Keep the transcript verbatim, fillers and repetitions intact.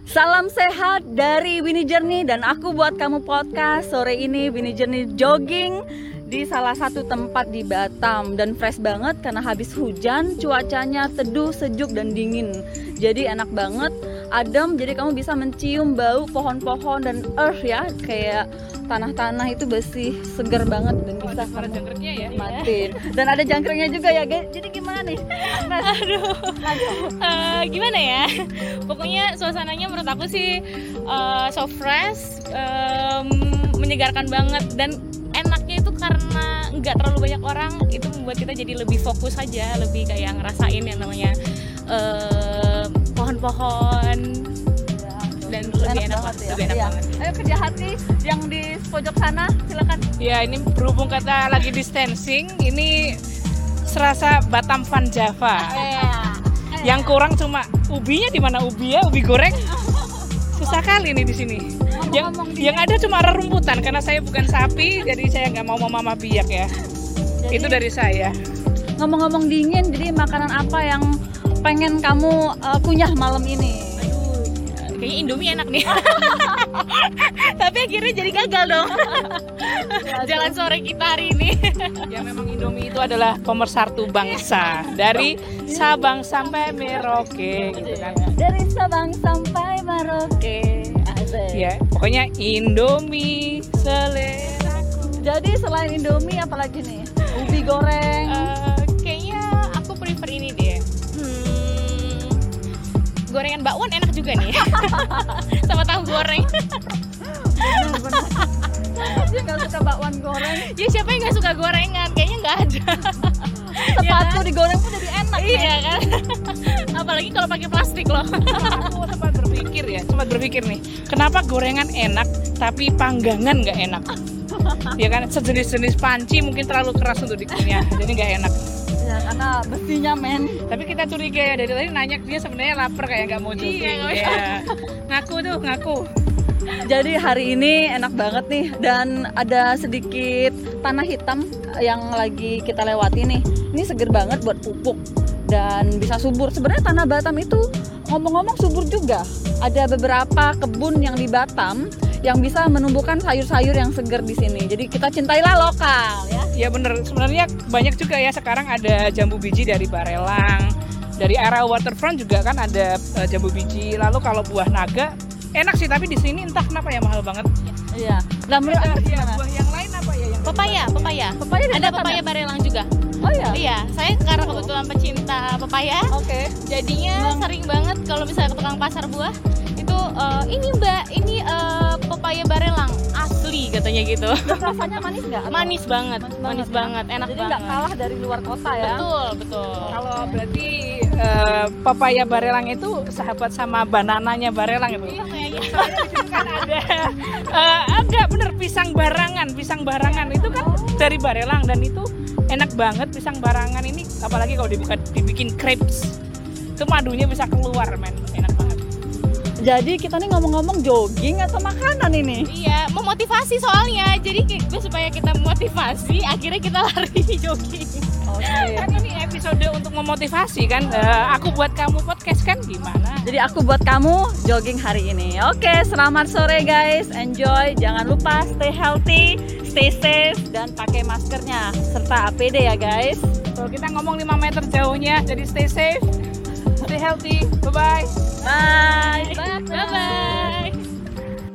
Salam sehat dari Winnie Journey dan aku buat kamu podcast. Sore ini Winnie Journey jogging di salah satu tempat di Batam dan fresh banget karena habis hujan, cuacanya teduh, sejuk dan dingin. Jadi enak banget, adem, jadi kamu bisa mencium bau pohon-pohon dan earth ya, kayak tanah-tanah itu bersih, segar banget dan bisa oh, ada jangkriknya ya, nikmatin. Dan ada jangkriknya juga ya guys. Jadi gimana nih? Aduh, uh, gimana ya? Pokoknya suasananya menurut aku sih uh, so fresh, um, menyegarkan banget dan enaknya itu karena nggak terlalu banyak orang, itu membuat kita jadi lebih fokus aja, lebih kayak ngerasain yang namanya uh, pohon-pohon. Dan lebih enak, banget, ya? lebih enak iya. banget. Ayo kerja hati yang di pojok sana, silakan. Ya ini berhubung kata lagi distancing, ini serasa Batam Van Java. Iya. Yang kurang cuma ubinya, di mana ubi ya, ubi goreng. Susah kali nih di sini. Yang, yang ada cuma rerumputan karena saya bukan sapi, jadi saya nggak mau mama biak ya. Jadi, itu dari saya. Ngomong-ngomong dingin, jadi makanan apa yang pengen kamu uh, kunyah malam ini? Kayaknya Indomie enak nih. Tapi akhirnya jadi gagal dong. Jalan sore kita hari ini. Ya memang Indomie itu adalah pemersatu bangsa. Dari Sabang sampai Merauke gitu kan. Dari Sabang sampai Merauke. Asik. Ya, pokoknya Indomie seleraku. Jadi selain Indomie apalagi nih? Ubi goreng. Uh, kayaknya aku prefer ini deh. Gorengan bakwan enak juga nih. Sama tahu goreng. Bener-bener. Dia gak suka bakwan goreng. Ya siapa yang gak suka gorengan? Kayaknya gak ada. Sepatu ya, digoreng pun jadi enak. Iya ya, kan. Apalagi kalau pakai plastik loh. Aku sempat berpikir ya, sempat berpikir nih, kenapa gorengan enak tapi panggangan gak enak? Ya kan, sejenis-jenis panci mungkin terlalu keras untuk dikunyah, jadi gak enak. Ya karena besinya men. Tapi kita curiga ya, dari tadi nanya dia sebenarnya lapar kayak nggak mau jogging. Iya, ya. Ngaku tuh ngaku. Jadi hari ini enak banget nih dan ada sedikit tanah hitam yang lagi kita lewati nih. Ini seger banget buat pupuk dan bisa subur. Sebenarnya tanah Batam itu ngomong-ngomong subur juga. Ada beberapa kebun yang di Batam yang bisa menumbuhkan sayur-sayur yang segar di sini. Jadi kita cintailah lokal ya. Ya bener, sebenarnya banyak juga ya sekarang ada jambu biji dari Barelang. Dari area waterfront juga kan ada uh, jambu biji. Lalu kalau buah naga enak sih, tapi di sini entah kenapa ya mahal banget. Iya. Nah, menurut ada ya, buah yang lain apa ya? Yang Pepaya, pepaya. Pepaya ada pepaya Barelang juga. Oh iya. Iya, saya karena kebetulan pecinta pepaya. Oke. Okay. Jadinya sering banget kalau misalnya ke tukang pasar buah itu uh, ini Mbak, ini uh, pepaya Barelang asli katanya gitu. Rasanya manis nggak? Manis banget, manis, manis banget, ya? enak Jadi banget. Jadi nggak kalah dari luar kota ya? Betul, betul. Kalau berarti uh, pepaya Barelang itu sahabat sama banananya Barelang itu. Iya kayaknya. Soalnya di situ kan ada uh, enggak bener pisang barangan, pisang barangan itu kan dari Barelang dan itu enak banget pisang barangan ini, apalagi kalau dibuka dibikin crepes. Itu madunya bisa keluar, men. Enak banget. Jadi kita nih ngomong-ngomong jogging atau makanan ini? Iya, memotivasi soalnya. Jadi kayak supaya kita memotivasi, akhirnya kita lari jogging. Oke. Okay. Kan ini episode untuk memotivasi kan. Uh, aku buat kamu podcast kan gimana? Jadi aku buat kamu jogging hari ini. Oke, okay, selamat sore guys. Enjoy. Jangan lupa stay healthy, stay safe dan pakai maskernya serta A P D ya guys. So, kita ngomong lima meter jauhnya, jadi stay safe, stay healthy. Bye-bye. Bye. Bye.